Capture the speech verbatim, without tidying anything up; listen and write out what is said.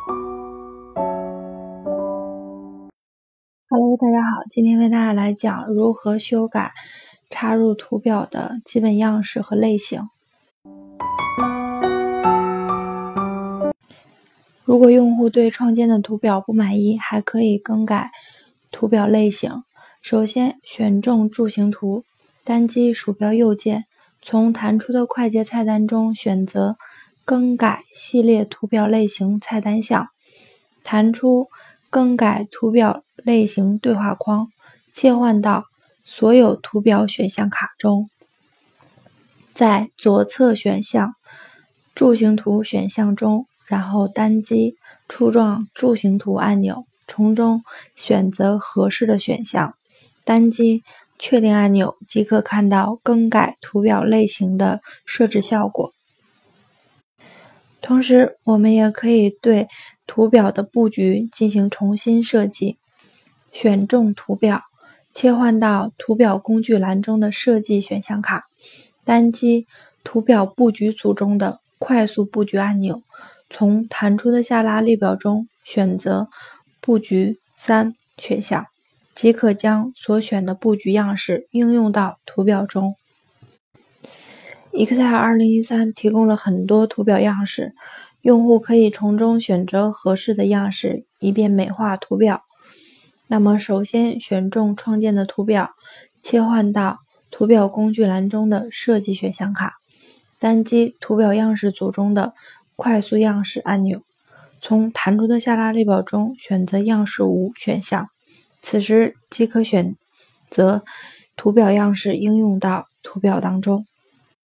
Hello， 大家好，今天为大家来讲如何修改插入图表的基本样式和类型。如果用户对创建的图表不满意，还可以更改图表类型。首先选中柱形图，单击鼠标右键，从弹出的快捷菜单中选择更改系列图表类型菜单项，弹出更改图表类型对话框，切换到所有图表选项卡中，在左侧选项柱形图选项中，然后单击触撞柱形图按钮，从中选择合适的选项，单击确定按钮即可看到更改图表类型的设置效果。同时我们也可以对图表的布局进行重新设计，选中图表，切换到图表工具栏中的设计选项卡，单击图表布局组中的快速布局按钮，从弹出的下拉列表中选择布局三选项，即可将所选的布局样式应用到图表中。Excel 二零一三提供了很多图表样式，用户可以从中选择合适的样式，以便美化图表。那么首先选中创建的图表，切换到图表工具栏中的设计选项卡，单击图表样式组中的快速样式按钮，从弹出的下拉列表中选择样式五选项，此时即可选择图表样式应用到图表当中。